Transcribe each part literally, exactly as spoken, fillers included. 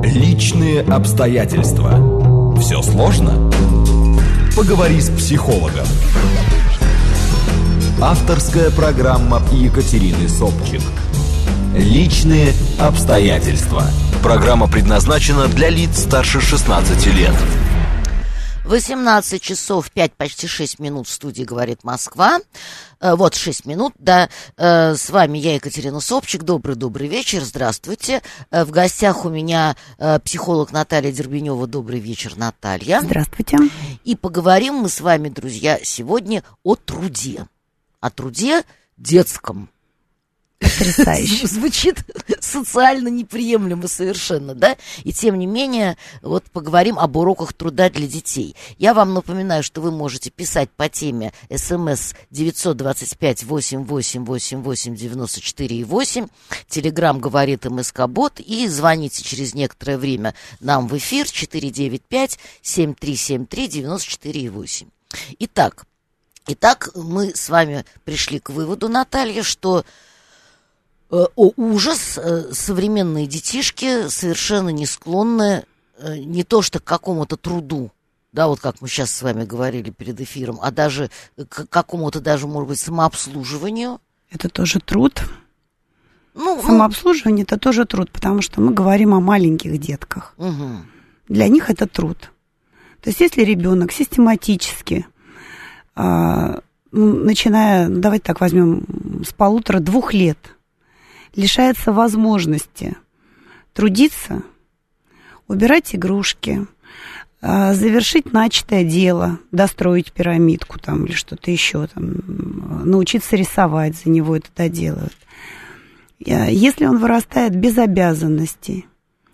Личные обстоятельства. Все сложно? Поговори с психологом. Авторская программа Екатерины Собчик. Личные обстоятельства. Программа предназначена для лиц старше шестнадцати лет. восемнадцать часов пять, почти шесть минут в студии «Говорит Москва». Э, вот шесть минут, да. Э, с вами я, Екатерина Собчик. Добрый-добрый вечер, здравствуйте. Э, в гостях у меня э, психолог Наталья Дербенева. Добрый вечер, Наталья. Здравствуйте. И поговорим мы с вами, друзья, сегодня о труде. О труде детском. Потрясающе. Звучит социально неприемлемо совершенно, да? И тем не менее, вот поговорим об уроках труда для детей. Я вам напоминаю, что вы можете писать по теме СМС девятьсот двадцать пять восемь восемь восемь восемь девяносто четыре восемь, Телеграм говорит МСК-бот, и звоните через некоторое время нам в эфир четыре девять пять семь три семь три девяносто четыре восемь. Итак, итак, мы с вами пришли к выводу, Наталья, что О, ужас, современные детишки совершенно не склонны не то что к какому-то труду, да, вот как мы сейчас с вами говорили перед эфиром, а даже к какому-то даже, может быть, самообслуживанию. Это тоже труд. Ну, Самообслуживание – это тоже труд, потому что мы говорим о маленьких детках. Угу. Для них это труд. То есть если ребенок систематически, начиная, давайте так возьмем, с полутора-двух лет, лишается возможности трудиться, убирать игрушки, завершить начатое дело, достроить пирамидку там, или что-то еще, там, научиться рисовать, за него это доделают. Если он вырастает без обязанностей,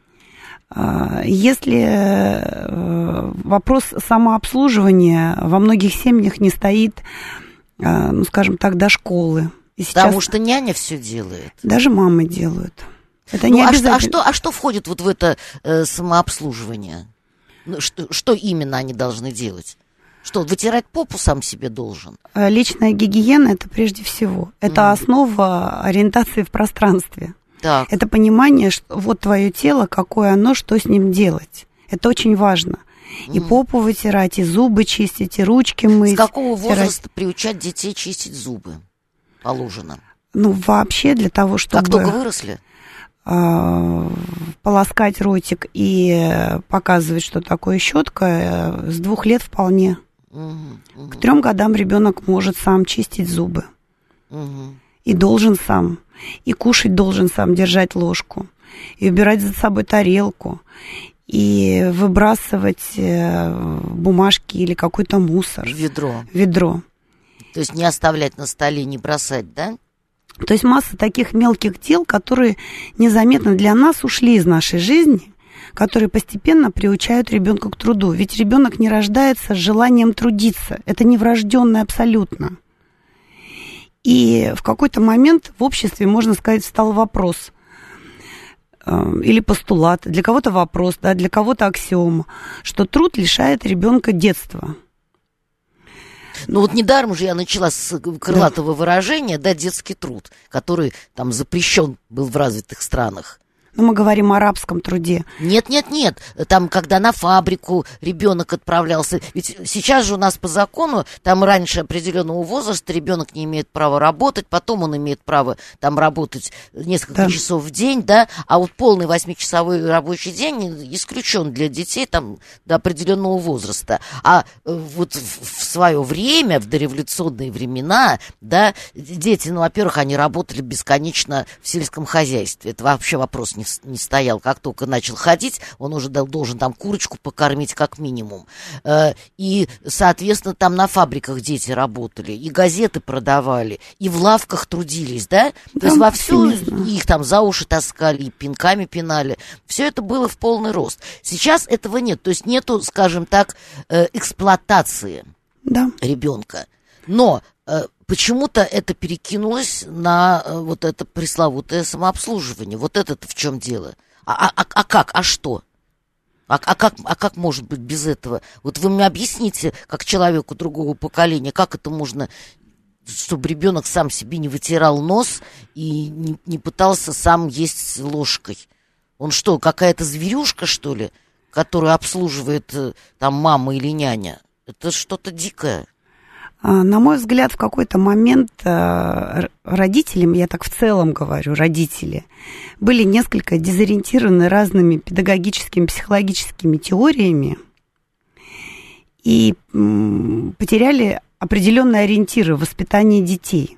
если вопрос самообслуживания во многих семьях не стоит, ну, скажем так, до школы. И сейчас потому что няня все делает. Даже мамы делают. Это ну, не а, обязательно. Что, а, что, а что входит вот в это э, самообслуживание? Ну, что, что именно они должны делать? Что, вытирать попу сам себе должен? Личная гигиена – это прежде всего. Это mm. основа ориентации в пространстве. Так. Это понимание, что вот твое тело, какое оно, что с ним делать. Это очень важно. И mm. попу вытирать, и зубы чистить, и ручки мыть. С какого вытирать. возраста приучать детей чистить зубы? Положено. Ну, вообще для того, чтобы... Как только выросли? Э, полоскать ротик и показывать, что такое щетка, с двух лет вполне. Угу, угу. К трем годам ребенок может сам чистить зубы. Угу. И должен сам. И кушать должен сам, держать ложку. И убирать за собой тарелку. И выбрасывать бумажки или какой-то мусор. В ведро. В ведро. То есть не оставлять на столе, не бросать, да? То есть масса таких мелких дел, которые незаметно для нас ушли из нашей жизни, которые постепенно приучают ребенка к труду. Ведь ребенок не рождается с желанием трудиться. Это не врожденное абсолютно. И в какой-то момент в обществе, можно сказать, встал вопрос э, или постулат, для кого-то вопрос, да, для кого-то аксиома, что труд лишает ребенка детства. Ну вот недаром же я начала с крылатого да. выражения, да, детский труд, который там запрещен был в развитых странах. Но мы говорим о рабском труде. Нет, нет, нет. Там, когда на фабрику ребенок отправлялся. Ведь сейчас же у нас по закону, там раньше определенного возраста ребенок не имеет права работать, потом он имеет право там работать несколько да. часов в день, да, а вот полный восьмичасовой рабочий день исключен для детей там до определенного возраста. А вот в свое время, в дореволюционные времена, да, дети, ну, во-первых, они работали бесконечно в сельском хозяйстве. Это вообще вопрос не не стоял. Как только начал ходить, он уже должен там курочку покормить как минимум. И, соответственно, там на фабриках дети работали, и газеты продавали, и в лавках трудились, да? да То есть вовсю их там за уши таскали, и пинками пинали. Все это было в полный рост. Сейчас этого нет. То есть нету, скажем так, эксплуатации да. ребенка. Но почему-то это перекинулось на вот это пресловутое самообслуживание. Вот это-то в чем дело? А, а, а как? А что? А, а, как, а как может быть без этого? Вот вы мне объясните, как человеку другого поколения, как это можно, чтобы ребенок сам себе не вытирал нос и не, не пытался сам есть ложкой? Он что, какая-то зверюшка, что ли, которую обслуживает там мама или няня? Это что-то дикое. На мой взгляд, в какой-то момент родителям, я так в целом говорю, родители, были несколько дезориентированы разными педагогическими, психологическими теориями и потеряли определенные ориентиры в воспитании детей.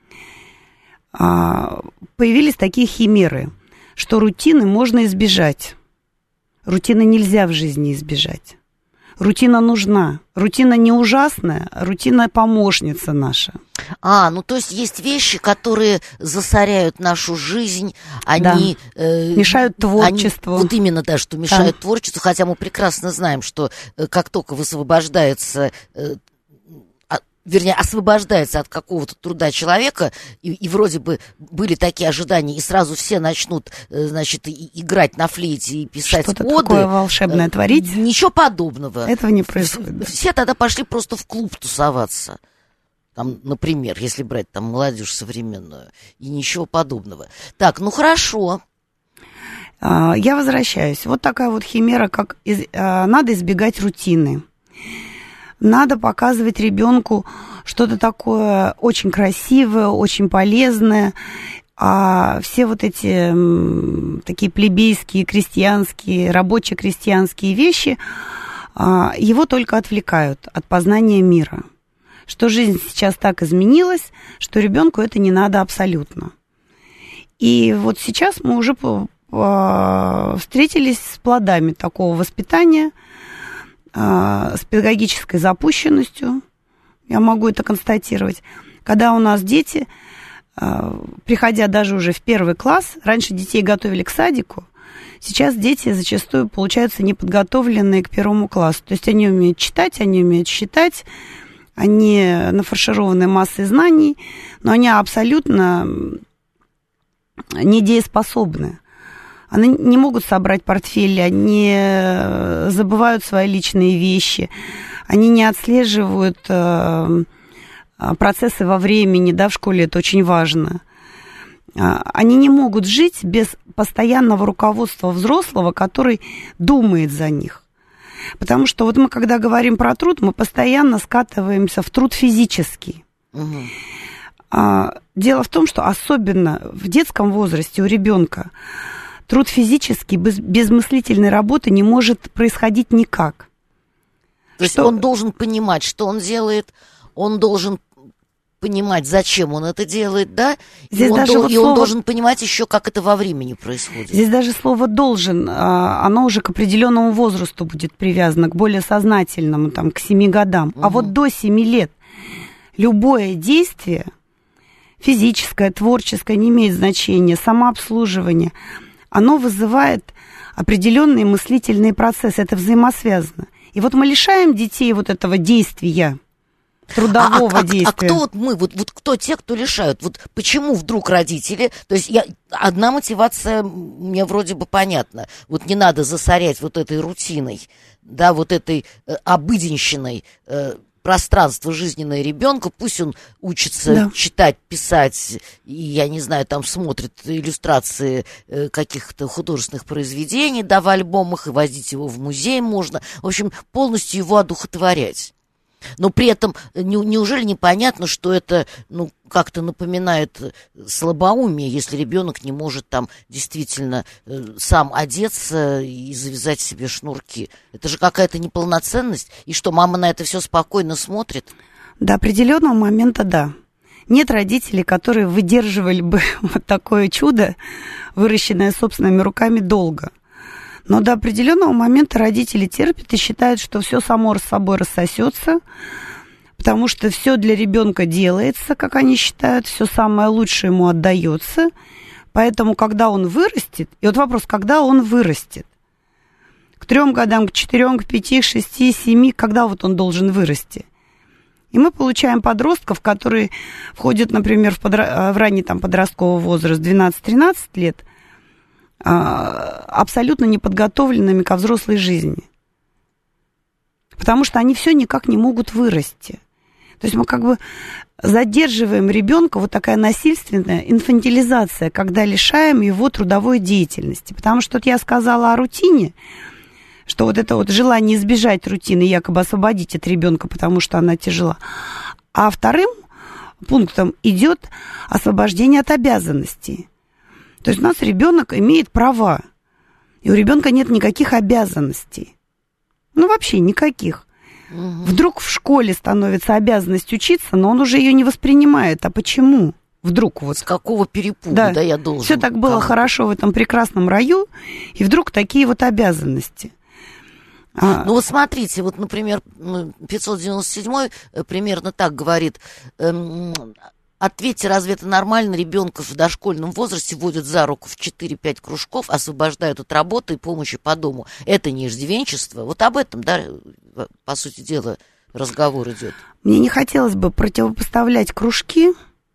Появились такие химеры, что рутины можно избежать. Рутины нельзя в жизни избежать. Рутина нужна. Рутина не ужасная, рутина помощница наша. А, ну то есть есть вещи, которые засоряют нашу жизнь, они... Да. Э, мешают творчеству. Они, вот именно, да, что мешают да. творчеству, хотя мы прекрасно знаем, что э, как только высвобождается... Э, вернее, освобождается от какого-то труда человека, и, и вроде бы были такие ожидания, и сразу все начнут, значит, и, играть на флейте и писать что-то оды. Такое волшебное творить. Ничего подобного. Этого не происходит. Все тогда пошли просто в клуб тусоваться. Там, например, если брать там молодежь современную, и ничего подобного. Так, ну хорошо. Я возвращаюсь. Вот такая вот химера, как из, надо избегать рутины. Надо показывать ребенку что-то такое очень красивое, очень полезное. А все вот эти м, такие плебейские, крестьянские, рабоче-крестьянские вещи а, его только отвлекают от познания мира. Что жизнь сейчас так изменилась, что ребенку это не надо абсолютно. И вот сейчас мы уже по, по, встретились с плодами такого воспитания, с педагогической запущенностью, я могу это констатировать, когда у нас дети, приходя даже уже в первый класс, раньше детей готовили к садику, сейчас дети зачастую получаются неподготовленные к первому классу. То есть они умеют читать, они умеют считать, они нафаршированы массой знаний, но они абсолютно недееспособны. Они не могут собрать портфель, они забывают свои личные вещи, они не отслеживают э, процессы во времени, да, в школе это очень важно. Они не могут жить без постоянного руководства взрослого, который думает за них. Потому что вот мы, когда говорим про труд, мы постоянно скатываемся в труд физический. Угу. Дело в том, что особенно в детском возрасте у ребенка труд физический без, без мыслительной работы не может происходить никак. То есть что... он должен понимать, что он делает, он должен понимать, зачем он это делает, да? Здесь и он, даже дол- вот и слово... он должен понимать еще, как это во времени происходит. Здесь даже слово «должен», оно уже к определенному возрасту будет привязано, к более сознательному, там, к семи годам. Угу. А вот до семи лет любое действие, физическое, творческое, не имеет значения, самообслуживание, оно вызывает определенные мыслительные процессы, это взаимосвязано. И вот мы лишаем детей вот этого действия, трудового а, а, действия. А, а кто вот мы, вот, вот кто те, кто лишают? Вот почему вдруг родители, то есть я, одна мотивация мне вроде бы понятна, вот не надо засорять вот этой рутиной, да, вот этой э, обыденщиной, э, пространство жизненное ребенка, пусть он учится да. читать, писать, и, я не знаю, там смотрит иллюстрации э, каких-то художественных произведений, да, в альбомах, и возить его в музей можно. В общем, полностью его одухотворять. Но при этом не, неужели непонятно, что это, ну, как-то напоминает слабоумие, если ребенок не может там действительно э, сам одеться и завязать себе шнурки? Это же какая-то неполноценность. И что, мама на это все спокойно смотрит? До определенного момента да. Нет родителей, которые выдерживали бы вот такое чудо, выращенное собственными руками, долго. Но до определенного момента родители терпят и считают, что все само с собой рассосется, потому что все для ребенка делается, как они считают, все самое лучшее ему отдается. Поэтому, когда он вырастет, и вот вопрос, когда он вырастет? К трем годам, к четырем, к пяти, к шести, семи, когда вот он должен вырасти? И мы получаем подростков, которые входят, например, в, подра... в ранний там, подростковый возраст, двенадцать-тринадцать лет, абсолютно неподготовленными ко взрослой жизни. Потому что они все никак не могут вырасти. То есть мы как бы задерживаем ребенка, вот такая насильственная инфантилизация, когда лишаем его трудовой деятельности. Потому что вот я сказала о рутине, что вот это вот желание избежать рутины, якобы освободить от ребенка, потому что она тяжела. А вторым пунктом идет освобождение от обязанностей. То есть у нас ребенок имеет права, и у ребенка нет никаких обязанностей. Ну, вообще никаких. Угу. Вдруг в школе становится обязанность учиться, но он уже ее не воспринимает. А почему? Вдруг вот. С какого перепуга, да, да, я должен. Все так было хорошо в этом прекрасном раю, и вдруг такие вот обязанности. А... Ну вот смотрите, вот, например, пятьсот девяносто седьмой примерно так говорит. Эм, ответьте, разве это нормально? Ребенка в дошкольном возрасте водят за руку в четыре-пять кружков, освобождают от работы и помощи по дому. Это не иждивенчество. Вот об этом, да, по сути дела, разговор идет. Мне не хотелось бы противопоставлять кружки.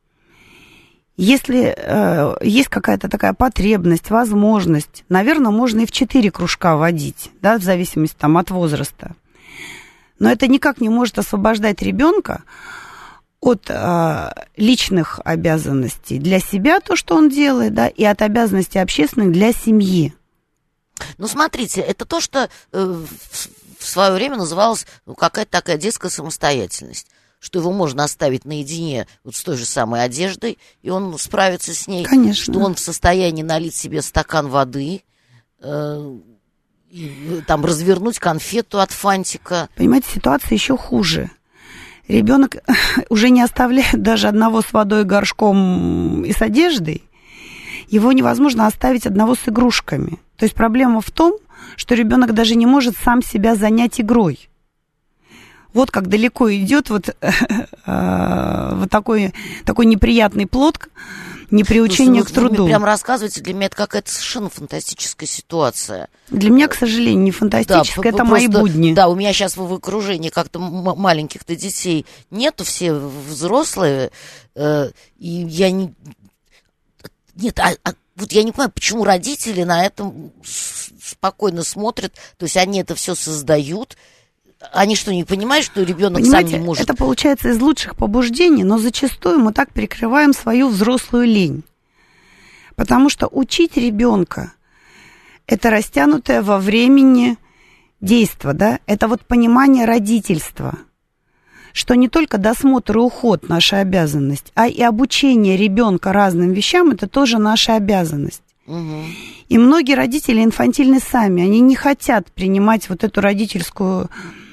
Если э, есть какая-то такая потребность, возможность, наверное, можно и в четыре кружка водить, да, в зависимости там, от возраста. Но это никак не может освобождать ребенка от э, личных обязанностей для себя, то, что он делает, да, и от обязанностей общественных для семьи. Ну, смотрите, это то, что э, в, в свое время называлось ну, какая-то такая детская самостоятельность. Что его можно оставить наедине вот с той же самой одеждой, и он справится с ней. Конечно. Что он в состоянии налить себе стакан воды, э, и, там развернуть конфету от фантика. Понимаете, ситуация еще хуже. Ребенок уже не оставляет даже одного с водой, горшком и с одеждой. Его невозможно оставить одного с игрушками. То есть проблема в том, что ребенок даже не может сам себя занять игрой. Вот как далеко идет вот, э, вот такой, такой неприятный плод, неприучение Слушайте, к труду. Вы прям рассказываете, для меня это какая-то совершенно фантастическая ситуация. Для меня, к сожалению, не фантастическая, да, это мои будни. Да, у меня сейчас в окружении как-то м- маленьких-то детей нету, все взрослые, э, и я не... Нет, а, а вот я не понимаю, почему родители на этом спокойно смотрят, то есть они это все создают. Они что, не понимают, что ребенок сам не может? Это получается из лучших побуждений, но зачастую мы так прикрываем свою взрослую лень. Потому что учить ребенка – это растянутое во времени действо, да? Это вот понимание родительства, что не только досмотр и уход – наша обязанность, а и обучение ребенка разным вещам – это тоже наша обязанность. Угу. И многие родители инфантильны сами, они не хотят принимать вот эту родительскую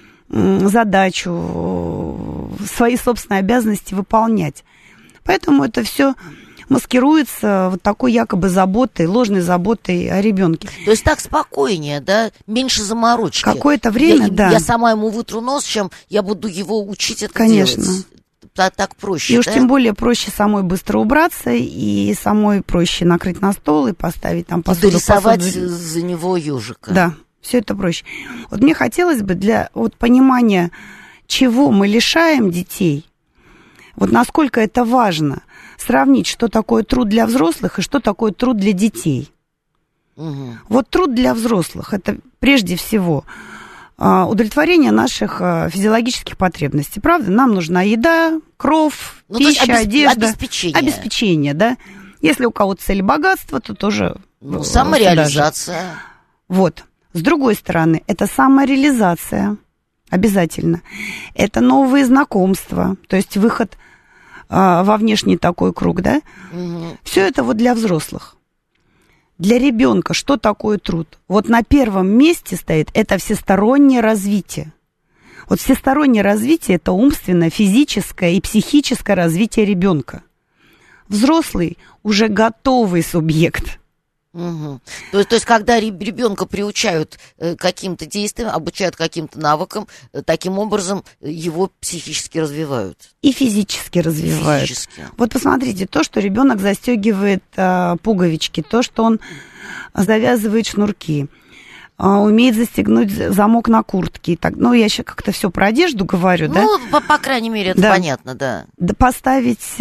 задачу, свои собственные обязанности выполнять. Поэтому это все маскируется вот такой якобы заботой, ложной заботой о ребенке. То есть так спокойнее, да, меньше заморочки. Какое-то время, я, да. Я сама ему вытру нос, чем я буду его учить это Конечно. делать. Так, так проще, и да? уж тем более проще самой быстро убраться, и самой проще накрыть на стол и поставить там посуду. И дорисовать посуду. За него ежика. Да, все это проще. Вот мне хотелось бы для вот понимания, чего мы лишаем детей, вот насколько это важно, сравнить, что такое труд для взрослых и что такое труд для детей. Угу. Вот труд для взрослых – это прежде всего удовлетворение наших физиологических потребностей. Правда? Нам нужна еда, кров, ну, пища, обесп... одежда. Обеспечение. Обеспечение, да. Если у кого-то цель богатства, то тоже... Ну, самореализация. Вот. С другой стороны, это самореализация. Обязательно. Это новые знакомства, то есть выход а, во внешний такой круг, да. Угу. Все это вот для взрослых. Для ребенка что такое труд? Вот на первом месте стоит это всестороннее развитие. Вот всестороннее развитие – это умственное, физическое и психическое развитие ребенка. Взрослый уже готовый субъект. Угу. То есть, то есть, когда ребенка приучают э, каким-то действиям, обучают каким-то навыкам, э, таким образом его психически развивают. И физически развивают. Физически. Вот посмотрите, то, что ребенок застегивает э, пуговички, то, что он завязывает шнурки, э, умеет застегнуть замок на куртке. Так, ну, я сейчас как-то все про одежду говорю, ну, да? Ну, по, по крайней мере, это да. понятно, да. Да, поставить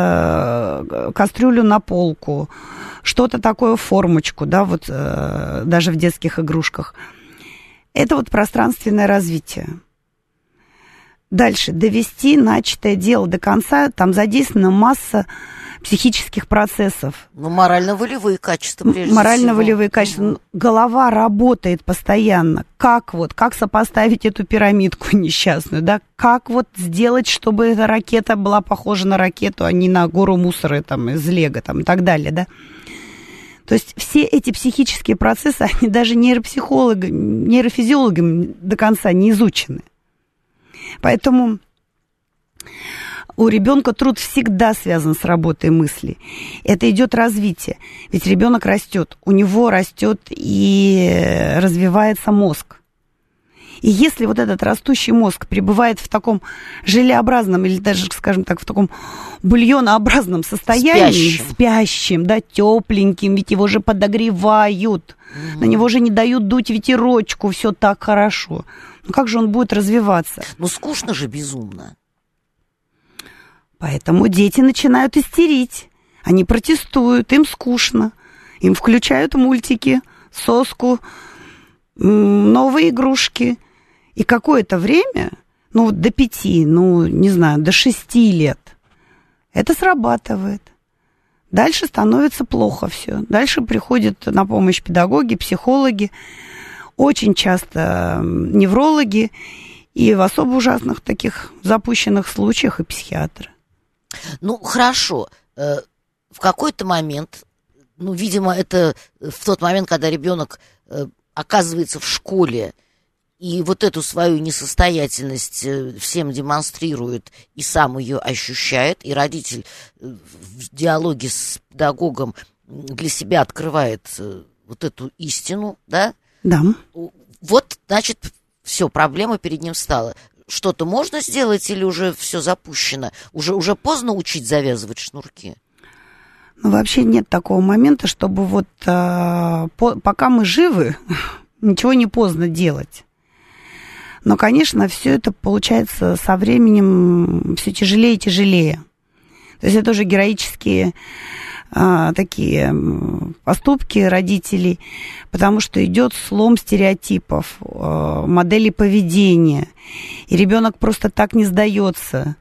э, кастрюлю на полку, что-то такое, формочку, да, вот э, даже в детских игрушках. Это вот пространственное развитие. Дальше, довести начатое дело до конца, там задействована масса психических процессов. Ну, морально-волевые качества, прежде Морально-волевые всего. качества. Угу. Голова работает постоянно. Как вот, как сопоставить эту пирамидку несчастную, да? Как вот сделать, чтобы эта ракета была похожа на ракету, а не на гору мусора там, из лего там, и так далее, да? То есть все эти психические процессы, они даже нейропсихологами, нейрофизиологами до конца не изучены. Поэтому у ребенка труд всегда связан с работой мысли. Это идет развитие. Ведь ребенок растет, у него растет и развивается мозг. И если вот этот растущий мозг пребывает в таком желеобразном или даже, скажем так, в таком бульонообразном состоянии, спящим, спящим, да, тепленьким, ведь его же подогревают, mm-hmm. на него же не дают дуть ветерочку, все так хорошо. Ну как же он будет развиваться? Ну скучно же безумно. Поэтому дети начинают истерить, они протестуют, им скучно, им включают мультики, соску, новые игрушки. И какое-то время, ну, до пяти, ну, не знаю, до шести лет, это срабатывает. Дальше становится плохо все. Дальше приходят на помощь педагоги, психологи, очень часто неврологи и в особо ужасных таких запущенных случаях и психиатры. Ну, хорошо. В какой-то момент, ну, видимо, это в тот момент, когда ребенок оказывается в школе, и вот эту свою несостоятельность всем демонстрирует и сам ее ощущает, и родитель в диалоге с педагогом для себя открывает вот эту истину, да? Да. Вот, значит, все, проблема перед ним стала. Что-то можно сделать или уже все запущено? Уже, уже поздно учить завязывать шнурки? Ну, вообще нет такого момента, чтобы вот а, по, пока мы живы, ничего не поздно делать. Но, конечно, все это получается со временем все тяжелее и тяжелее. То есть это уже героические а, такие поступки родителей, потому что идет слом стереотипов, а, моделей поведения, и ребенок просто так не сдается.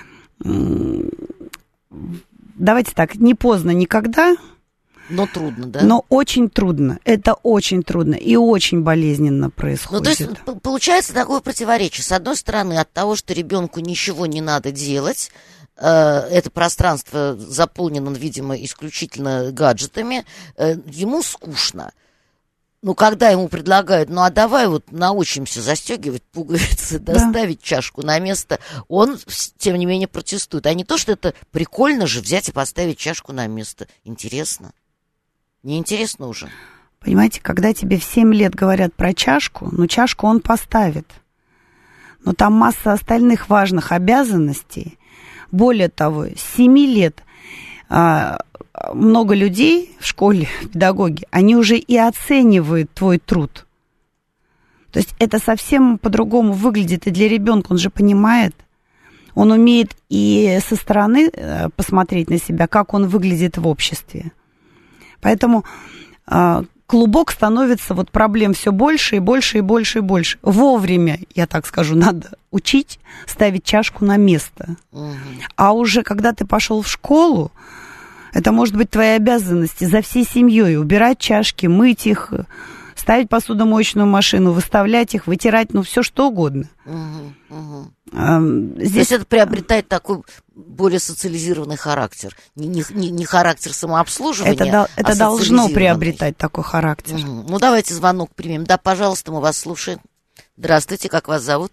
Давайте так, не поздно никогда. Но трудно, да? Но очень трудно. Это очень трудно и очень болезненно происходит. Ну, то есть получается такое противоречие. С одной стороны, от того, что ребенку ничего не надо делать, э, это пространство заполнено, видимо, исключительно гаджетами, э, ему скучно. Ну, когда ему предлагают, ну, а давай вот научимся застегивать пуговицы, да. доставить чашку на место, он, тем не менее, протестует. А не то, что это прикольно же взять и поставить чашку на место. Интересно. Неинтересно уже. Понимаете, когда тебе в семь лет говорят про чашку, ну, чашку он поставит. Но там масса остальных важных обязанностей. Более того, с семи лет а, много людей в школе, педагоги, они уже и оценивают твой труд. То есть это совсем по-другому выглядит и для ребенка, он же понимает. Он умеет и со стороны посмотреть на себя, как он выглядит в обществе. Поэтому э, клубок становится, вот проблем все больше и больше и больше и больше. Вовремя, я так скажу, надо учить ставить чашку на место. Угу. А уже когда ты пошел в школу, это может быть твои обязанности за всей семьей. Убирать чашки, мыть их, ставить посудомоечную машину, выставлять их, вытирать, ну все что угодно. Угу, угу. А, здесь... То есть это приобретает такой более социализированный характер. Не, не, не характер самообслуживания, это, до, это а должно приобретать такой характер. Угу. Ну, давайте звонок примем. Да, пожалуйста, мы вас слушаем. Здравствуйте, как вас зовут?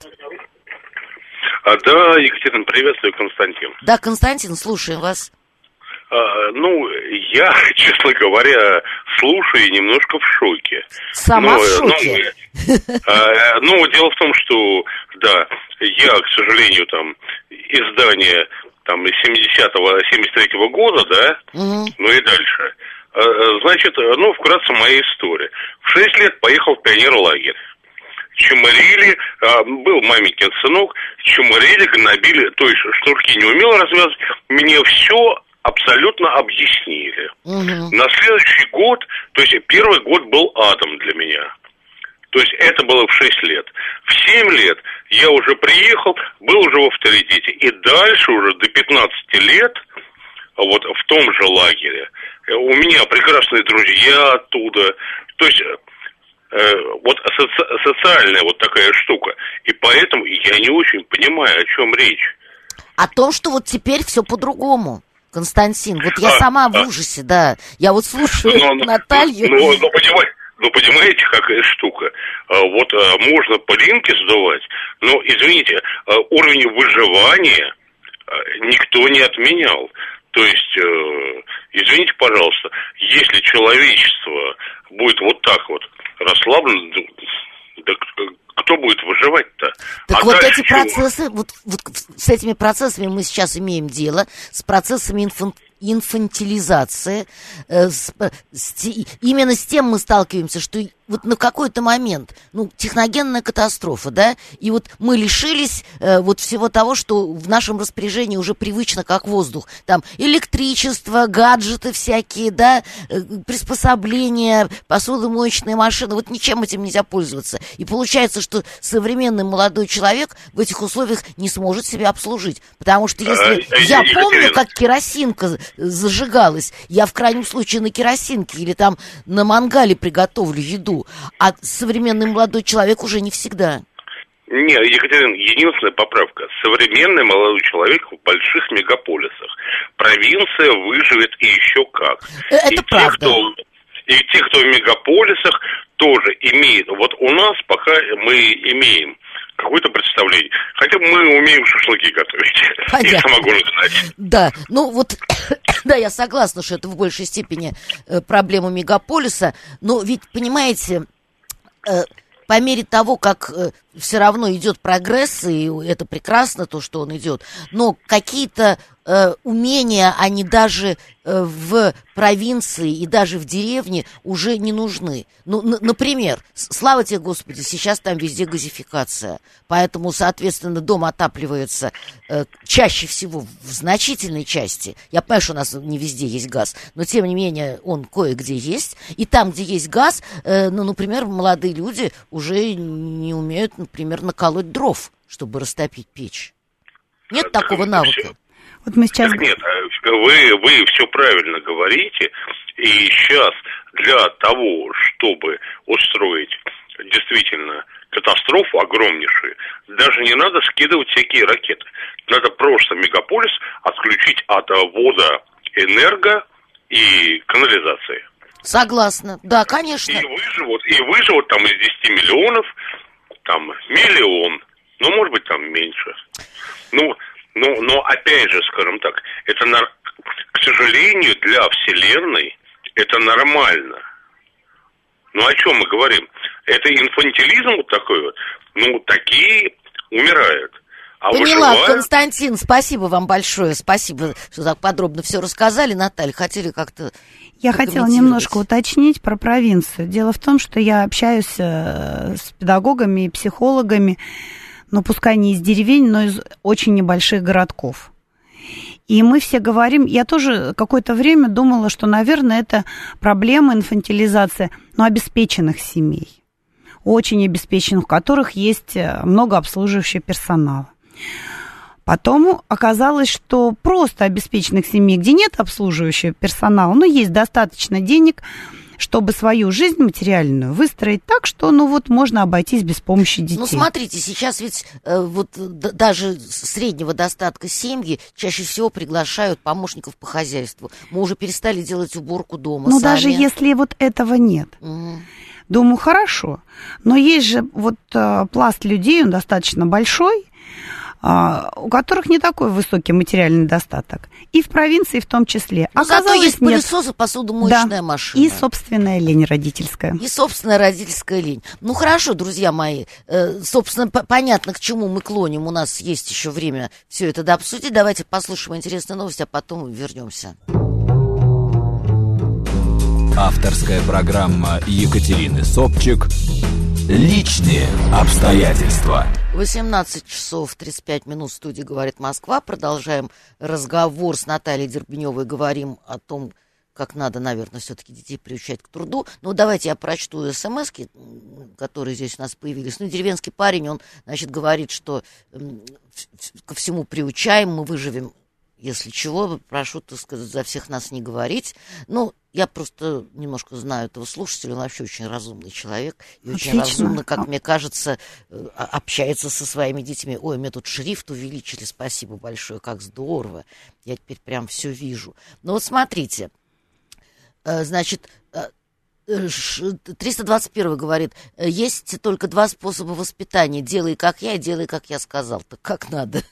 А, да, Екатерина, приветствую, Константин. Да, Константин, слушаем вас. А, ну, я, честно говоря, слушаю и немножко в шоке. Сама но, в шоке? Ну, а, ну, дело в том, что, да, я, к сожалению, там, издание там, семидесятого, семьдесят третьего года, да, угу. ну и дальше. А, значит, ну, вкратце моя история. В шесть лет поехал в пионерлагерь. Чморили, а, был маменькин сынок, чморили, гнобили, то есть шнурки не умел развязывать, мне все абсолютно объяснили. Угу. На следующий год, то есть первый год был адом для меня. То есть это было в шесть лет. В В семь лет я уже приехал, был уже в авторитете. И дальше уже до пятнадцати лет, вот в том же лагере, у меня прекрасные друзья оттуда. То есть э, вот соци- социальная вот такая штука. И поэтому я не очень понимаю, о чем речь. О том, что вот теперь все по-другому. Константин, вот я а, сама в ужасе, да. Я вот слушаю но, Наталью. Ну, ну, ну, понимаете, ну, понимаете, какая штука? Вот можно пылинки сдувать, но, извините, уровень выживания никто не отменял. То есть, извините, пожалуйста, если человечество будет вот так вот расслаблено, да кто будет выживать-то? Так а вот эти чего? процессы, вот, вот с этими процессами мы сейчас имеем дело, с процессами инфан, инфантилизации, э, с, с, именно с тем мы сталкиваемся, что вот на какой-то момент, ну, техногенная катастрофа, да, и вот мы лишились э, вот всего того, что в нашем распоряжении уже привычно, как воздух, там, электричество, гаджеты всякие, да, э, приспособления, посудомоечные машины, вот ничем этим нельзя пользоваться, и получается, что современный молодой человек в этих условиях не сможет себя обслужить, потому что если а, я и, помню, и, как керосинка зажигалась, я в крайнем случае на керосинке или там на мангале приготовлю еду, а современный молодой человек уже не всегда. Не, Екатерина, единственная поправка. Современный молодой человек в больших мегаполисах. Провинция выживет и еще как. Это и правда. Те, кто, и те, кто в мегаполисах, тоже имеют. Вот у нас пока мы имеем какое-то представление. Хотя бы мы умеем шашлыки готовить. Понятно. И самогон гнать. Да, ну вот, да, я согласна, что это в большей степени э, проблема мегаполиса, но ведь, понимаете, э, по мере того, как э, все равно идет прогресс, и это прекрасно, то, что он идет, но какие-то э, умения, они даже э, в провинции и даже в деревне уже не нужны. Ну, н- например, слава тебе, Господи, сейчас там везде газификация, поэтому, соответственно, дом отапливается э, чаще всего в значительной части. Я понимаю, что у нас не везде есть газ, но, тем не менее, он кое-где есть. И там, где есть газ, э, ну, например, молодые люди уже не умеют, например, наколоть дров, чтобы растопить печь. Нет а, такого навыка? Все. Вот мы сейчас... Так нет, вы, вы все правильно говорите, и сейчас для того, чтобы устроить действительно катастрофу огромнейшую, даже не надо скидывать всякие ракеты. Надо просто мегаполис отключить от вода, энерго и канализации. Согласна, да, конечно. И выживут, и выживут там из десяти миллионов, там миллион, ну, может быть, там меньше. Ну, но, но опять же, скажем так, это, к сожалению, для Вселенной это нормально. Ну, о чем мы говорим? Это инфантилизм вот такой вот. Ну, такие умирают. А Поняла, выживают... Константин, спасибо вам большое. Спасибо, что так подробно все рассказали. Наталья, хотели как-то... Я хотела немножко уточнить про провинцию. Дело в том, что я общаюсь с педагогами и психологами, ну, пускай не из деревень, но из очень небольших городков. И мы все говорим, я тоже какое-то время думала, что, наверное, это проблема инфантилизации, но обеспеченных семей, очень обеспеченных, у которых есть много обслуживающего персонала. Потом оказалось, что просто обеспеченных семей, где нет обслуживающего персонала, но есть достаточно денег, чтобы свою жизнь материальную выстроить так, что, ну вот, можно обойтись без помощи детей. Ну, смотрите, сейчас ведь э, вот д- даже среднего достатка семьи чаще всего приглашают помощников по хозяйству. Мы уже перестали делать уборку дома Ну, сами. даже если вот этого нет. Угу. Думаю, хорошо. Но есть же вот э, пласт людей, он достаточно большой, у которых не такой высокий материальный достаток. И в провинции в том числе. Но Оказалось, зато есть нет. пылесос и посудомоечная да. машина. И собственная лень родительская. И собственная родительская лень. Ну, хорошо, друзья мои. Э, собственно, по- понятно, к чему мы клоним. У нас есть еще время все это дообсудить. Давайте послушаем интересные новости, а потом вернемся. Авторская программа Екатерины Собчик «Личные обстоятельства». восемнадцать часов тридцать пять минут в студии «Говорит Москва». Продолжаем разговор с Натальей Дербеневой. Говорим о том, как надо, наверное, все-таки детей приучать к труду. Но давайте я прочту смски, которые здесь у нас появились. Ну, деревенский парень, он, значит, говорит, что ко всему приучаем, мы выживем, если чего, прошу, так сказать, за всех нас не говорить. Ну, я просто немножко знаю этого слушателя, он вообще очень разумный человек. И Отлично. Очень разумно, как мне кажется, общается со своими детьми. Ой, мне тут шрифт увеличили, спасибо большое, как здорово. Я теперь прям все вижу. Ну вот смотрите, значит, триста двадцать первый говорит, есть только два способа воспитания. Делай, как я, делай, как я сказал. Так как надо?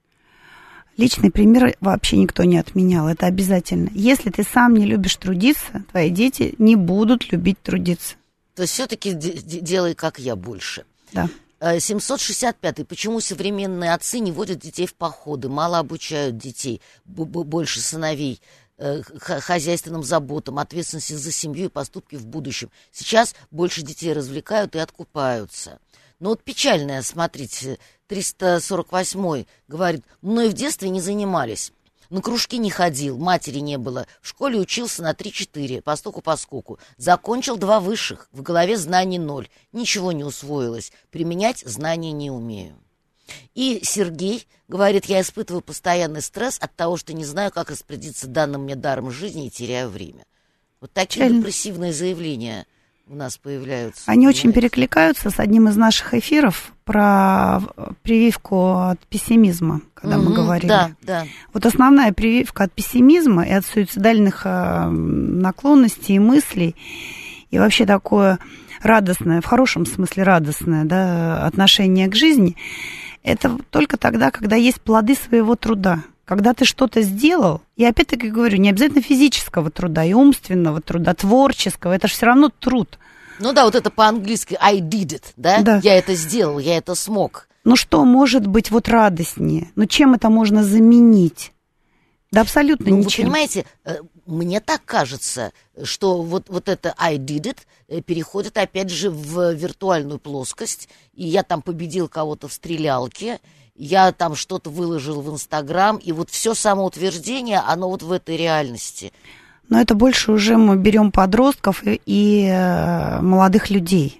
Личный пример вообще никто не отменял, это обязательно. Если ты сам не любишь трудиться, твои дети не будут любить трудиться. То есть все-таки делай, как я, больше. Да. семьсот шестьдесят пятый. Почему современные отцы не водят детей в походы, мало обучают детей, больше сыновей, хозяйственным заботам, ответственности за семью и поступки в будущем? Сейчас больше детей развлекают и откупаются. Но вот печальное, смотрите, триста сорок восьмой говорит, мной в детстве не занимались, на кружки не ходил, матери не было, в школе учился на три-четыре, постуку-поскоку, закончил два высших, в голове знаний ноль, ничего не усвоилось, применять знания не умею. И Сергей говорит, я испытываю постоянный стресс от того, что не знаю, как распорядиться данным мне даром жизни и теряю время. Вот такие Печально. Депрессивные заявления у нас появляются. Они понимаете? очень перекликаются с одним из наших эфиров про прививку от пессимизма, когда mm-hmm, мы говорили. Да, да. Вот основная прививка от пессимизма и от суицидальных э, наклонностей и мыслей, и вообще такое радостное, в хорошем смысле радостное, да, отношение к жизни, это только тогда, когда есть плоды своего труда. Когда ты что-то сделал, и опять-таки говорю, не обязательно физического труда, и умственного труда, творческого, это же все равно труд. Ну да, вот это по-английски I did it, да? Да. Я это сделал, я это смог. Ну что может быть вот радостнее? Ну чем это можно заменить? Да абсолютно ну, ничем. Вы понимаете, мне так кажется, что вот, вот это I did it переходит опять же в виртуальную плоскость, и я там победил кого-то в стрелялке, я там что-то выложил в Инстаграм, и вот все самоутверждение, оно вот в этой реальности. Но это больше уже мы берем подростков и, и э, молодых людей.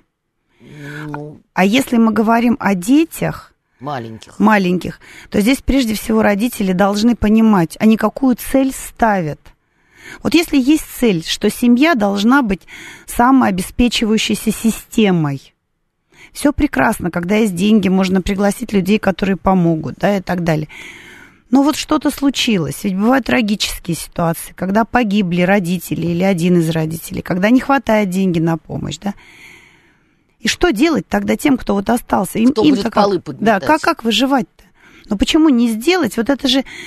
Ну, а если мы говорим о детях маленьких. маленьких, то здесь прежде всего родители должны понимать, они какую цель ставят. Вот если есть цель, что семья должна быть самообеспечивающейся системой, все прекрасно, когда есть деньги, можно пригласить людей, которые помогут, да, и так далее. Но вот что-то случилось, ведь бывают трагические ситуации, когда погибли родители или один из родителей, когда не хватает денег на помощь, да. И что делать тогда тем, кто вот остался? Им, кто им будет полы подметать? Да, как, как выживать-то? Но почему не сделать? Вот это же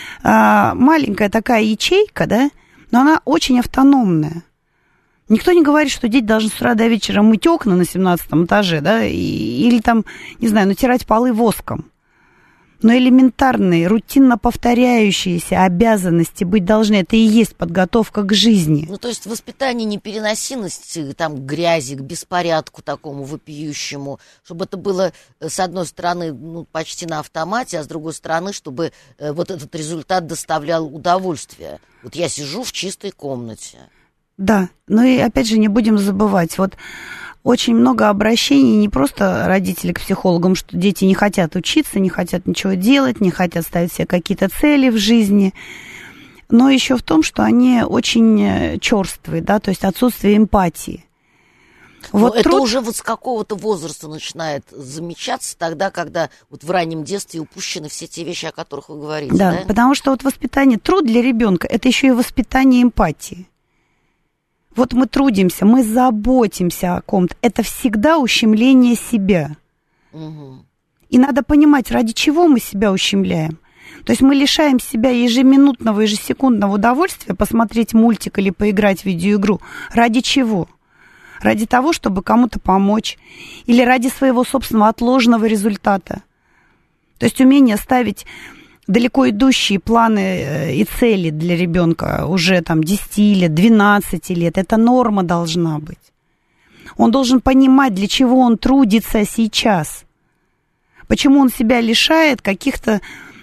а, маленькая такая ячейка, да, но она очень автономная. Никто не говорит, что дети должны с утра до вечера мыть окна на семнадцатом этаже, да, и, или там, не знаю, натирать полы воском. Но элементарные, рутинно повторяющиеся обязанности быть должны, это и есть подготовка к жизни. Ну, то есть воспитание непереносимости, там, грязи, к беспорядку такому вопиющему, чтобы это было, с одной стороны, ну, почти на автомате, а с другой стороны, чтобы э, вот этот результат доставлял удовольствие. Вот я сижу в чистой комнате. Да, ну и опять же не будем забывать, вот очень много обращений не просто родителей к психологам, что дети не хотят учиться, не хотят ничего делать, не хотят ставить себе какие-то цели в жизни, но еще в том, что они очень черствые, да, то есть отсутствие эмпатии. Вот это труд... уже вот с какого-то возраста начинает замечаться, тогда, когда вот в раннем детстве упущены все те вещи, о которых вы говорите. Да, да? Потому что вот воспитание, труд для ребенка, это еще и воспитание эмпатии. Вот мы трудимся, мы заботимся о ком-то. Это всегда ущемление себя. Угу. И надо понимать, ради чего мы себя ущемляем. То есть мы лишаем себя ежеминутного, ежесекундного удовольствия посмотреть мультик или поиграть в видеоигру. Ради чего? Ради того, чтобы кому-то помочь. Или ради своего собственного отложенного результата. То есть умение ставить далеко идущие планы и цели для ребенка уже там десяти лет, двенадцати лет. Это норма должна быть. Он должен понимать, для чего он трудится сейчас. Почему он себя лишает каких-то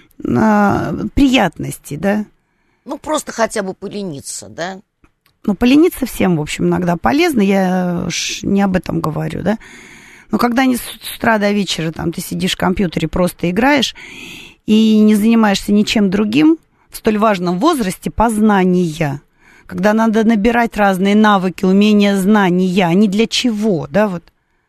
а, приятностей, да? Ну, просто хотя бы полениться, да? Ну, полениться всем, в общем, иногда полезно. Я уж не об этом говорю, да? Но когда не с утра до вечера там, ты сидишь в компьютере, просто играешь и не занимаешься ничем другим в столь важном возрасте познания, когда надо набирать разные навыки, умения, знания, они для чего, да, вот.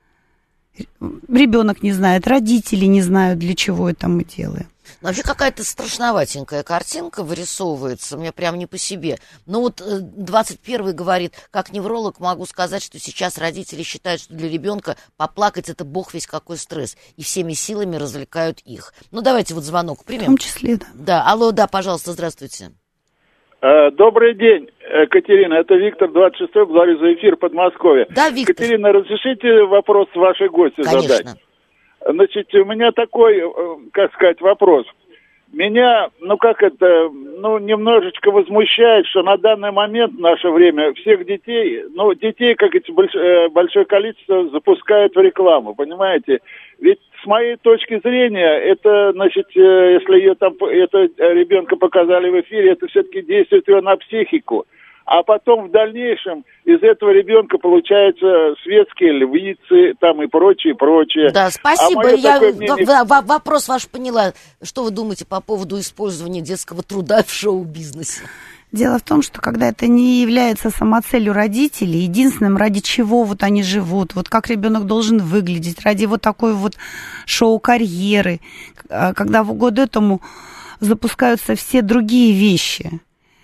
Ребенок не знает, родители не знают, для чего это мы делаем. Вообще какая-то страшноватенькая картинка вырисовывается, мне прям не по себе. Но вот двадцать первый говорит, как невролог могу сказать, что сейчас родители считают, что для ребенка поплакать это бог весь какой стресс, и всеми силами развлекают их. Ну давайте вот звонок примем. В том числе, да. Да, алло, да, пожалуйста, здравствуйте. Добрый день, Катерина, это Виктор, двадцать шестой, благодарю за эфир, Подмосковье. Да, Виктор. Катерина, разрешите вопрос вашей гости задать? Конечно. Значит, у меня такой, как сказать, вопрос. Меня, ну как это, ну немножечко возмущает, что на данный момент в наше время всех детей, ну детей, как эти больш, большое количество запускают в рекламу, понимаете? Ведь с моей точки зрения, это, значит, если ее там, это ребенка показали в эфире, это все-таки действует ее на психику. А потом в дальнейшем из этого ребенка получаются светские львицы там и прочее, прочее. Да, спасибо. А Я мнение... в- в- вопрос ваш поняла. Что вы думаете по поводу использования детского труда в шоу-бизнесе? Дело в том, что когда это не является самоцелью родителей, единственным, ради чего вот они живут, вот как ребенок должен выглядеть, ради вот такой вот шоу-карьеры, когда в угоду этому запускаются все другие вещи,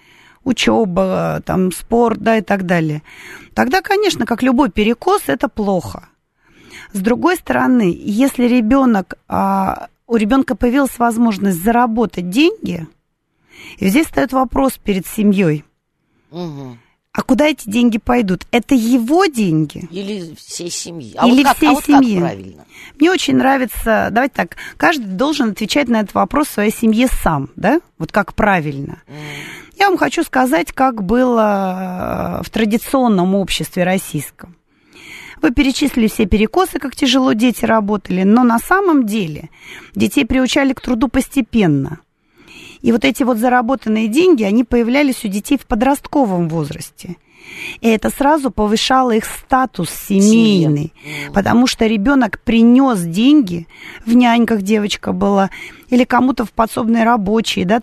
учеба, там, спорт, да, и так далее, тогда, конечно, как любой перекос, это плохо. С другой стороны, если ребенок, а, у ребенка появилась возможность заработать деньги, и здесь встает вопрос перед семьей. Угу. А куда эти деньги пойдут? Это его деньги? Или всей семьи? А Или вот как, всей а вот семьи? как правильно? Мне очень нравится, давайте так, каждый должен отвечать на этот вопрос своей семье сам, да? Вот как правильно. Mm. Я вам хочу сказать, как было в традиционном обществе российском. Вы перечислили все перекосы, как тяжело дети работали, но на самом деле детей приучали к труду постепенно. И вот эти вот заработанные деньги, они появлялись у детей в подростковом возрасте. И это сразу повышало их статус семейный, Семья. Потому что ребенок принес деньги, в няньках девочка была, или кому-то в подсобной рабочей, да,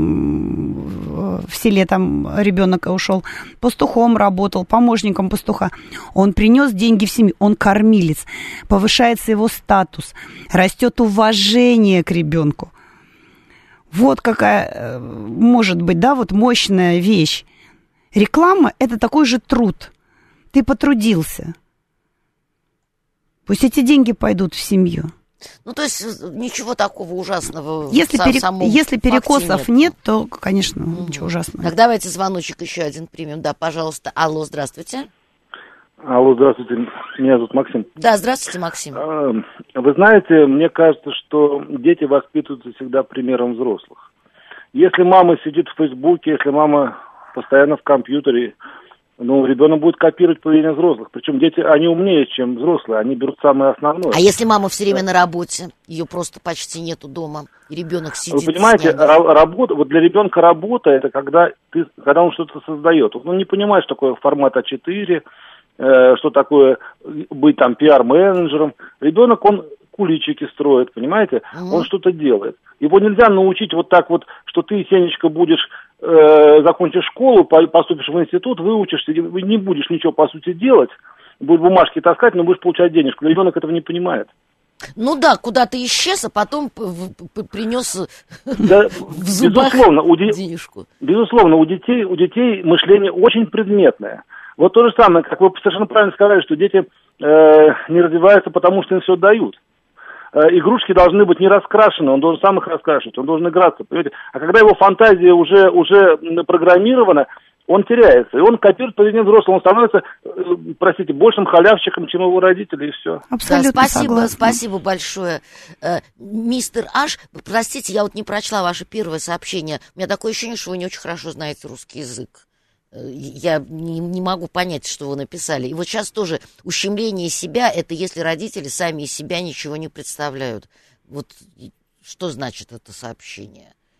там в селе там ребенок ушел, пастухом работал, помощником пастуха. Он принес деньги в семью, он кормилец, повышается его статус, растет уважение к ребенку. Вот какая может быть, да, вот мощная вещь. Реклама – это такой же труд. Ты потрудился. Пусть эти деньги пойдут в семью. Ну, то есть ничего такого ужасного если в пере... самом Если перекосов нет. нет, то, конечно, угу. ничего ужасного. Так давайте звоночек еще один примем. Да, пожалуйста. Алло, здравствуйте. Алло, здравствуйте. Меня зовут Максим. Да, здравствуйте, Максим. Вы знаете, мне кажется, что дети воспитываются всегда примером взрослых. Если мама сидит в Фейсбуке, если мама постоянно в компьютере, ну, ребенок будет копировать поведение взрослых. Причем дети, они умнее, чем взрослые, они берут самое основное. А если мама все время на работе, ее просто почти нету дома, и ребенок сидит... Вы понимаете, ра- работа, вот для ребенка работа, это когда, ты, когда он что-то создает. Он не понимает, что такое формат а четыре, э, что такое быть там пиар-менеджером. Ребенок, он куличики строит, понимаете? Mm-hmm. Он что-то делает. Его нельзя научить вот так вот, что ты, Сенечка, будешь, э, закончишь школу, поступишь в институт, выучишься, не будешь ничего, по сути, делать, будешь бумажки таскать, но будешь получать денежку. Ребенок этого не понимает. Ну да, куда ты исчез, а потом принес да, в зубах безусловно, у де... денежку. Безусловно, у детей, у детей мышление очень предметное. Вот то же самое, как вы совершенно правильно сказали, что дети э, не развиваются, потому что им все дают. Игрушки должны быть не раскрашены, он должен сам их раскрашивать, он должен играться, понимаете? А когда его фантазия уже, уже программирована, он теряется, и он копирует поведение взрослого, он становится, простите, большим халявщиком, чем его родители, и все. Абсолютно да, спасибо, согласна. Спасибо большое. Э, мистер Аш, простите, я вот не прочла ваше первое сообщение, у меня такое ощущение, что вы не очень хорошо знаете русский язык. Я не, не могу понять, что вы написали. И вот сейчас тоже ущемление себя, это если родители сами из себя ничего не представляют. Вот что значит это сообщение?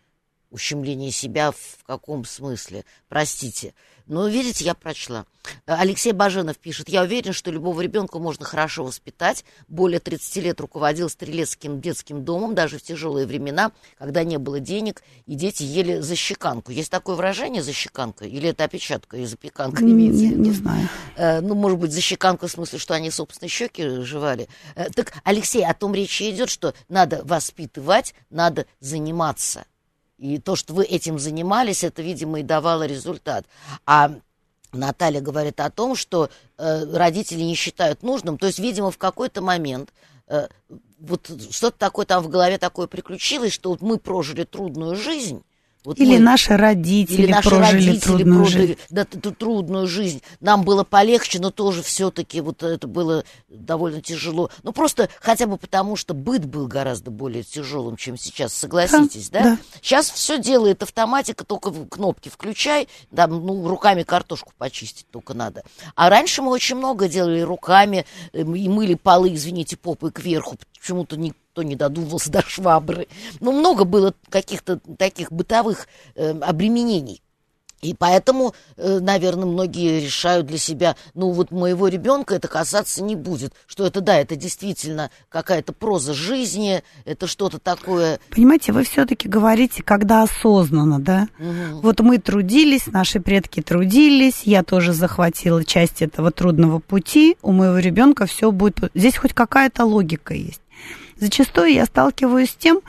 Ущемление себя в каком смысле? Простите. Но, видите, я прочла. Алексей Баженов пишет: я уверен, что любого ребенка можно хорошо воспитать. Более тридцати лет руководил Стрелецким детским домом, даже в тяжелые времена, когда не было денег, и дети ели защеканку. Есть такое выражение защеканка? Или это опечатка и запеканка имеется в виду? Не знаю. Ну, может быть, защеканка в смысле, что они собственные щеки жевали. Так, Алексей, о том речь идет, что надо воспитывать, надо заниматься. И то, что вы этим занимались, это, видимо, и давало результат. А Наталья говорит о том, что э, родители не считают нужным. То есть, видимо, в какой-то момент э, вот что-то такое там в голове такое приключилось, что вот мы прожили трудную жизнь. Вот или мы, наши родители или наши прожили родители трудную прожили, жизнь. Да, трудную жизнь. Нам было полегче, но тоже все-таки вот это было довольно тяжело. Ну, просто хотя бы потому, что быт был гораздо более тяжелым, чем сейчас, согласитесь, да? да? да. Сейчас все делает автоматика, только кнопки включай, там, ну, руками картошку почистить только надо. А раньше мы очень много делали руками, и мыли полы, извините, попой кверху, почему-то не не додумывался до швабры. Ну, много было каких-то таких бытовых э, обременений. И поэтому, э, наверное, многие решают для себя, ну, вот моего ребенка это касаться не будет. Что это, да, это действительно какая-то проза жизни, это что-то такое... Понимаете, вы все-таки говорите, когда осознанно, да? Угу. Вот мы трудились, наши предки трудились, я тоже захватила часть этого трудного пути, у моего ребенка все будет... Здесь хоть какая-то логика есть. Зачастую я сталкиваюсь с тем,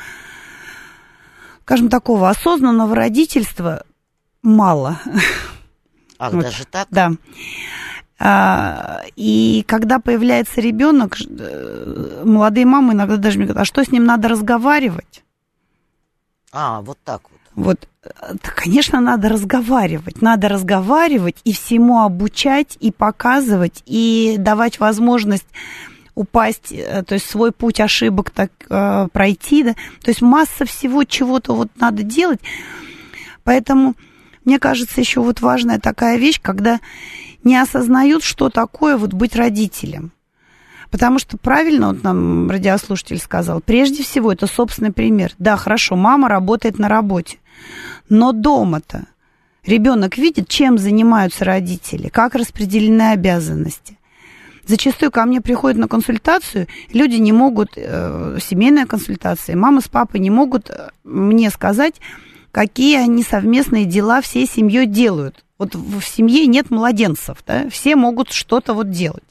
скажем, такого осознанного родительства мало. Ах, вот, даже так? Да. А, и когда появляется ребенок, молодые мамы иногда даже мне говорят: а что с ним надо разговаривать? А, вот так вот. Вот, да, конечно, надо разговаривать. Надо разговаривать и всему обучать, и показывать, и давать возможность упасть, то есть свой путь ошибок так э, пройти, да, то есть масса всего чего-то вот надо делать, поэтому мне кажется еще вот важная такая вещь, когда не осознают, что такое вот быть родителем, потому что правильно вот нам радиослушатель сказал, прежде всего это собственный пример, да, хорошо, мама работает на работе, но дома-то ребенок видит, чем занимаются родители, как распределены обязанности. Зачастую ко мне приходят на консультацию, люди не могут, э, семейная консультация, мама с папой не могут мне сказать, какие они совместные дела всей семьей делают. Вот в, в семье нет младенцев, да, все могут что-то вот делать.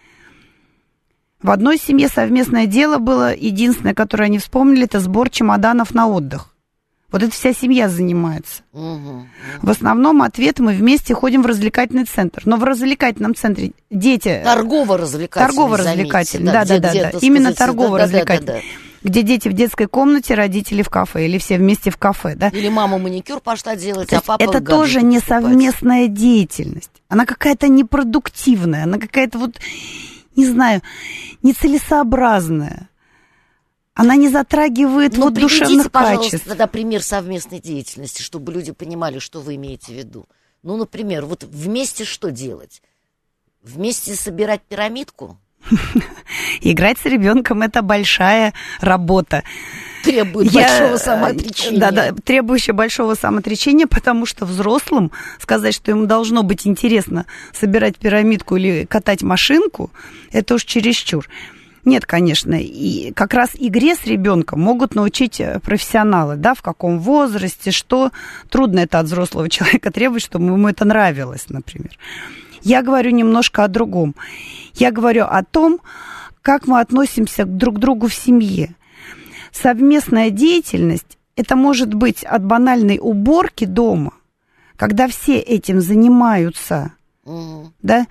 В одной семье совместное дело было, единственное, которое они вспомнили, это сбор чемоданов на отдых. Вот это вся семья занимается. Угу, угу. В основном ответ: мы вместе ходим в развлекательный центр. Но в развлекательном центре дети... Торгово-развлекательный, Торгово-развлекательный, да-да-да. Именно торгово-развлекательный. Да, да, да, да. Где дети в детской комнате, родители в кафе. Или все вместе в кафе, да? Или мама маникюр пошла делать, а папа... Это тоже не совместная деятельность. Она какая-то непродуктивная. Она какая-то вот, не знаю, нецелесообразная. Она не затрагивает ну, вот душевных пожалуйста, качеств. Тогда пример совместной деятельности, чтобы люди понимали, что вы имеете в виду. Ну, например, вот вместе что делать? Вместе собирать пирамидку? Играть с ребенком — это большая работа. Требует Я, большого самоотречения. Да, да, требующая большого самоотречения, потому что взрослым сказать, что ему должно быть интересно собирать пирамидку или катать машинку, это уж чересчур. Нет, конечно, и как раз игре с ребенком могут научить профессионалы, да, в каком возрасте, что. Трудно это от взрослого человека требовать, чтобы ему это нравилось, например. Я говорю немножко о другом. Я говорю о том, как мы относимся друг к другу в семье. Совместная деятельность, это может быть от банальной уборки дома, когда все этим занимаются, mm. да,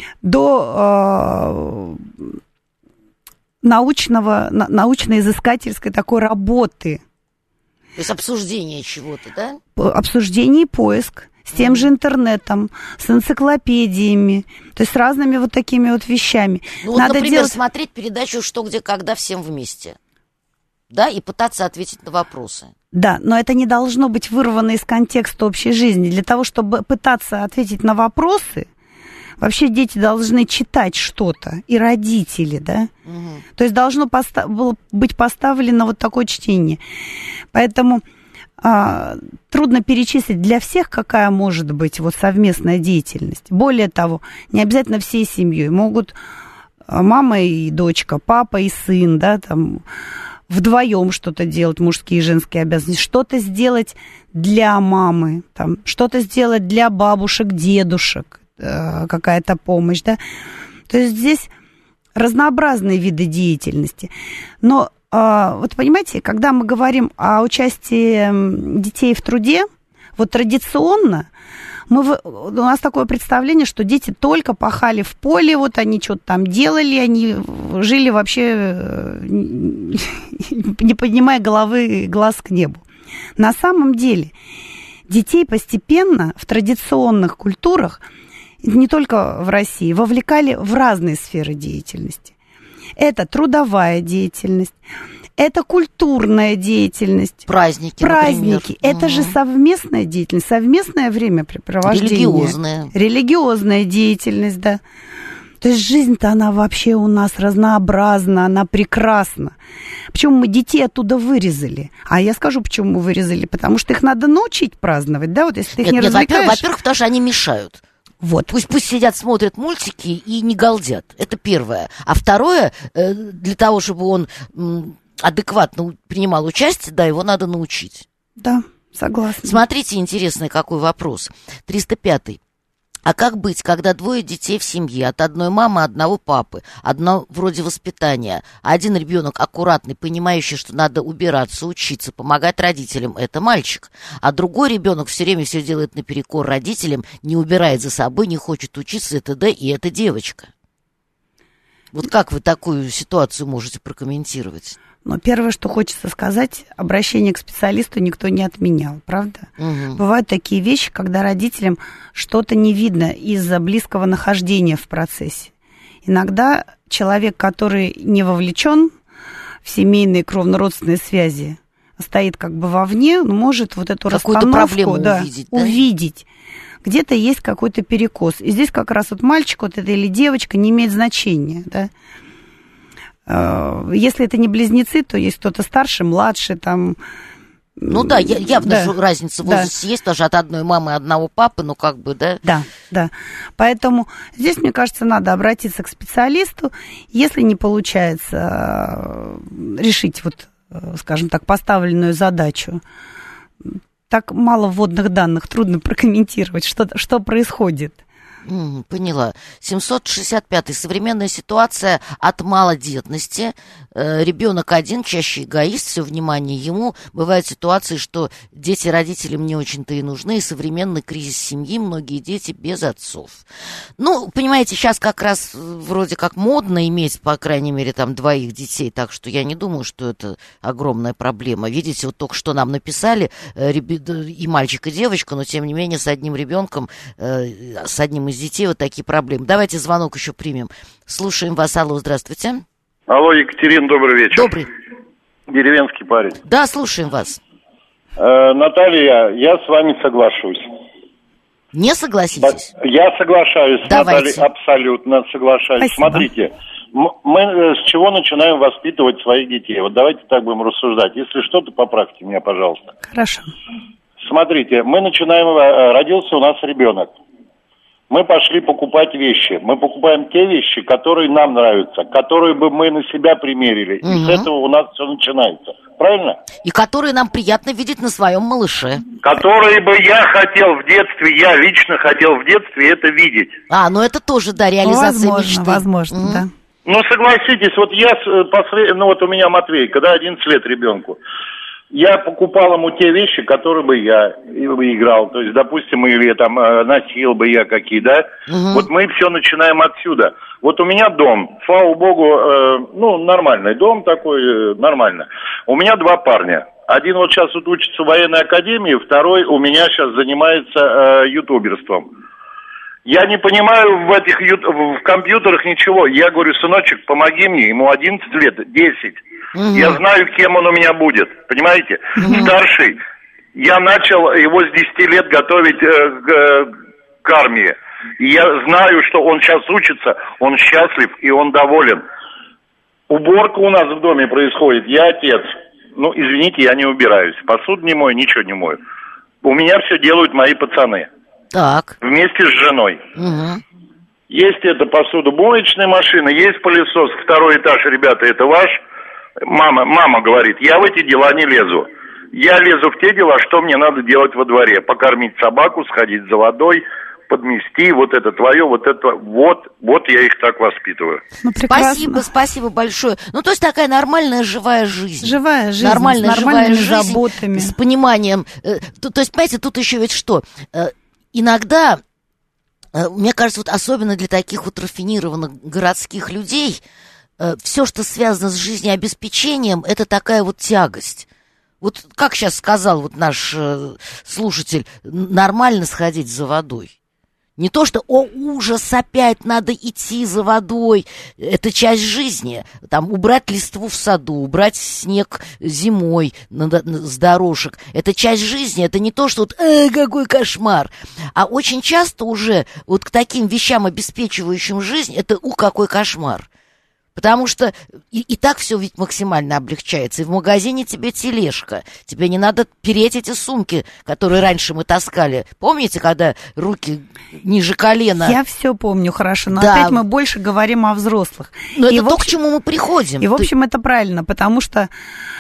до... Э, научного, научно-изыскательской такой работы. То есть обсуждение чего-то, да? Обсуждение и поиск. С тем mm-hmm. же интернетом, с энциклопедиями, то есть с разными вот такими вот вещами. Ну вот, Надо например, делать... смотреть передачу «Что, где, когда» всем вместе, да, и пытаться ответить на вопросы. Да, но это не должно быть вырвано из контекста общей жизни. Для того, чтобы пытаться ответить на вопросы, вообще дети должны читать что-то, и родители, да? Угу. То есть должно поста- быть поставлено вот такое чтение. Поэтому а, трудно перечислить для всех, какая может быть вот совместная деятельность. Более того, не обязательно всей семьей. Могут мама и дочка, папа и сын, да, там, вдвоем что-то делать, мужские и женские обязанности, что-то сделать для мамы, там, что-то сделать для бабушек, дедушек, э, какая-то помощь, да. То есть здесь разнообразные виды деятельности. Но э, вот понимаете, когда мы говорим о участии детей в труде, вот традиционно мы, у нас такое представление, что дети только пахали в поле, вот они что-то там делали, они жили вообще, не поднимая головы, глаз к небу. На самом деле детей постепенно в традиционных культурах, не только в России, вовлекали в разные сферы деятельности. Это трудовая деятельность, это культурная деятельность. Праздники, Праздники. Например. Это угу. же совместная деятельность, совместное времяпрепровождение. Религиозная. Религиозная деятельность, да. То есть жизнь-то она вообще у нас разнообразна, она прекрасна. Почему мы детей оттуда вырезали? А я скажу, почему мы вырезали. Потому что их надо научить праздновать, да? Вот если ты их нет, не нет, развлекаешь... Во-первых, потому что они мешают. Вот. Пусть, пусть сидят, смотрят мультики и не галдят. Это первое. А второе, для того, чтобы он адекватно принимал участие, да, его надо научить. Да, согласна. Смотрите, интересный какой вопрос. триста пятый. А как быть, когда двое детей в семье, от одной мамы, одного папы, одно вроде воспитания, а один ребенок аккуратный, понимающий, что надо убираться, учиться, помогать родителям, это мальчик, а другой ребенок все время все делает наперекор родителям, не убирает за собой, не хочет учиться, и т.д., и это девочка. Вот как вы такую ситуацию можете прокомментировать? Но первое, что хочется сказать, обращение к специалисту никто не отменял, правда? Угу. Бывают такие вещи, когда родителям что-то не видно из-за близкого нахождения в процессе. Иногда человек, который не вовлечен в семейные кровно-родственные связи, стоит как бы вовне, может вот эту какую-то расстановку да, увидеть, да? увидеть. Где-то есть какой-то перекос. И здесь как раз вот мальчик вот это или девочка не имеет значения, да. Если это не близнецы, то есть кто-то старше, младше, там... Ну да, явно да, разница в возрасте да. есть, тоже от одной мамы и одного папы, ну как бы, да? Да, да. Поэтому здесь, мне кажется, надо обратиться к специалисту. Если не получается решить, вот, скажем так, поставленную задачу, так мало вводных данных, трудно прокомментировать, что, что происходит. Mm, поняла. семьсот шестьдесят пятый. Современная ситуация от малодетности. Э, ребенок один, чаще эгоист, все внимание ему. Бывают ситуации, что дети родителям не очень-то и нужны, и современный кризис семьи, многие дети без отцов. Ну, понимаете, сейчас как раз вроде как модно иметь, по крайней мере, там двоих детей, так что я не думаю, что это огромная проблема. Видите, вот только что нам написали э, и мальчик, и девочка, но тем не менее с одним ребенком, э, с одним из детей вот такие проблемы. Давайте звонок еще примем. Слушаем вас. Алло, здравствуйте. Алло, Екатерина, добрый вечер. Добрый. Деревенский парень. Да, слушаем вас. Э, Наталья, я с вами соглашусь. Не согласитесь? Я соглашаюсь, Давайте. Наталья, абсолютно соглашаюсь. Спасибо. Смотрите, мы с чего начинаем воспитывать своих детей? Вот давайте так будем рассуждать. Если что-то, поправьте меня, пожалуйста. Хорошо. Смотрите, мы начинаем, родился у нас ребенок. Мы пошли покупать вещи. Мы покупаем те вещи, которые нам нравятся, которые бы мы на себя примерили. Угу. И с этого у нас все начинается. Правильно? И которые нам приятно видеть на своем малыше. Которые бы я хотел в детстве, я лично хотел в детстве это видеть. А, ну это тоже, да, реализация возможно, мечты. Возможно, угу. да. Ну, согласитесь, вот я, послед... ну вот у меня Матвей, когда одиннадцать лет ребенку, я покупал ему те вещи, которые бы я играл. То есть, допустим, или там носил бы я какие, да? Угу. Вот мы все начинаем отсюда. Вот у меня дом, слава богу, э, ну, нормальный дом такой, э, нормально. У меня два парня. Один вот сейчас вот учится в военной академии, второй у меня сейчас занимается э, ютуберством. Я не понимаю в этих ют... в компьютерах ничего. Я говорю, сыночек, помоги мне, ему одиннадцать лет, десять. Угу. Я знаю, кем он у меня будет, понимаете? Угу. Старший. Я начал его с десяти лет готовить э, к, к армии. И я знаю, что он сейчас учится, он счастлив и он доволен. Уборка у нас в доме происходит, я отец. ну, извините, я не убираюсь. Посуду не мою, ничего не мою. У меня все делают мои пацаны. Так. Вместе с женой. Угу. Есть это посудомоечная машина, есть пылесос. Второй этаж, ребята, это ваш. Мама, мама говорит, я в эти дела не лезу. Я лезу в те дела, что мне надо делать во дворе. Покормить собаку, сходить за водой, подмести, вот это твое, вот это, вот, вот я их так воспитываю. Ну, спасибо, спасибо большое. Ну, то есть такая нормальная живая жизнь. Живая жизнь, нормальная, с нормальными живая жизнь, заботами. с пониманием. То, то есть, понимаете, тут еще ведь что? Иногда, мне кажется, вот особенно для таких вот рафинированных городских людей, все, что связано с жизнеобеспечением, это такая вот тягость. Вот как сейчас сказал вот наш э, слушатель, нормально сходить за водой. Не то, что, о, ужас, опять надо идти за водой. Это часть жизни. Там убрать листву в саду, убрать снег зимой на, на, с дорожек. Это часть жизни. Это не то, что вот, э, какой кошмар. А очень часто уже вот к таким вещам, обеспечивающим жизнь, это, у, какой кошмар. Потому что и, и так все ведь максимально облегчается. И в магазине тебе тележка. Тебе не надо переть эти сумки, которые раньше мы таскали. Помните, когда руки ниже колена? Я все помню хорошо, но да. опять мы больше говорим о взрослых. Но и это в то, общем, к чему мы приходим. И, в общем, это правильно, потому что,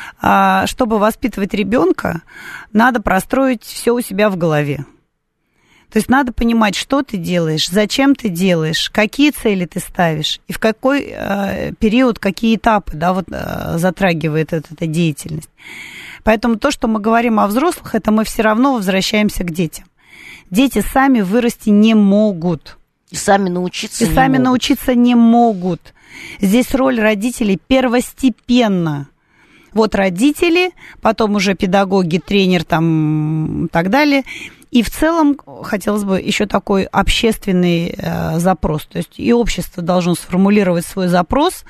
чтобы воспитывать ребенка, надо простроить все у себя в голове. То есть надо понимать, что ты делаешь, зачем ты делаешь, какие цели ты ставишь и в какой э, период, какие этапы, да, вот, э, затрагивает эта, эта деятельность. Поэтому то, что мы говорим о взрослых, это мы все равно возвращаемся к детям. Дети сами вырасти не могут. И сами научиться и не сами могут. научиться не могут. Здесь роль родителей первостепенна. Вот родители, потом уже педагоги, тренер там и так далее. И в целом хотелось бы еще такой общественный э, запрос. То есть и общество должно сформулировать свой запрос,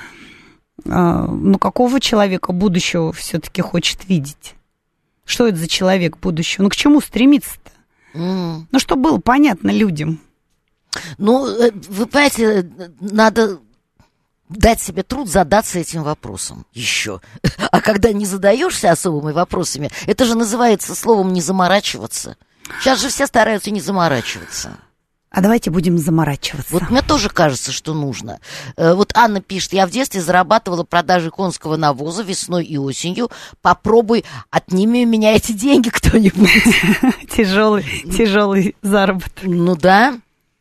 э, ну, какого человека будущего все-таки хочет видеть. Что это за человек будущего? Ну, к чему стремиться-то? Mm. Ну, чтобы было понятно людям. Ну, вы понимаете, надо дать себе труд задаться этим вопросом еще. А когда не задаешься особыми вопросами, это же называется словом «не заморачиваться». Сейчас же все стараются не заморачиваться. А давайте будем заморачиваться. Вот мне тоже кажется, что нужно. Вот Анна пишет, я в детстве зарабатывала продажей конского навоза весной и осенью. Попробуй, отними у меня эти деньги кто-нибудь. Тяжелый, тяжелый заработок. Ну да.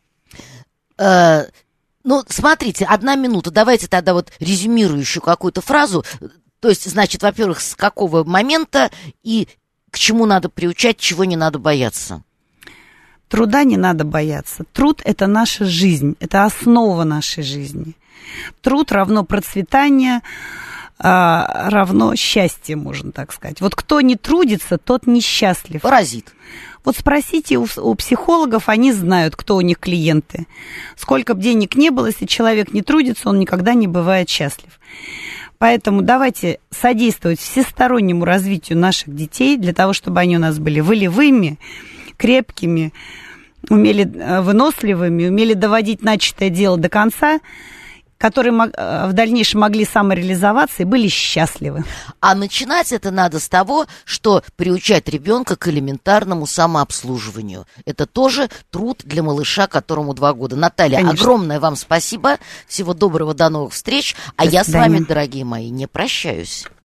Ну, смотрите, одна минута. Давайте тогда вот резюмирующую какую-то фразу. То есть, значит, во-первых, с какого момента и к чему надо приучать, чего не надо бояться? Труда не надо бояться. Труд – это наша жизнь, это основа нашей жизни. Труд равно процветание, равно счастье, можно так сказать. Вот кто не трудится, тот несчастлив. Паразит. Вот спросите у, у психологов, они знают, кто у них клиенты. Сколько бы денег не было, если человек не трудится, он никогда не бывает счастлив. Поэтому давайте содействовать всестороннему развитию наших детей, для того, чтобы они у нас были волевыми, крепкими, умели выносливыми, умели доводить начатое дело до конца, которые в дальнейшем могли самореализоваться и были счастливы. А начинать это надо с того, что приучать ребенка к элементарному самообслуживанию. Это тоже труд для малыша, которому два года. Наталья, конечно, огромное вам спасибо. Всего доброго, до новых встреч. А до я свидания. С вами, дорогие мои, не прощаюсь.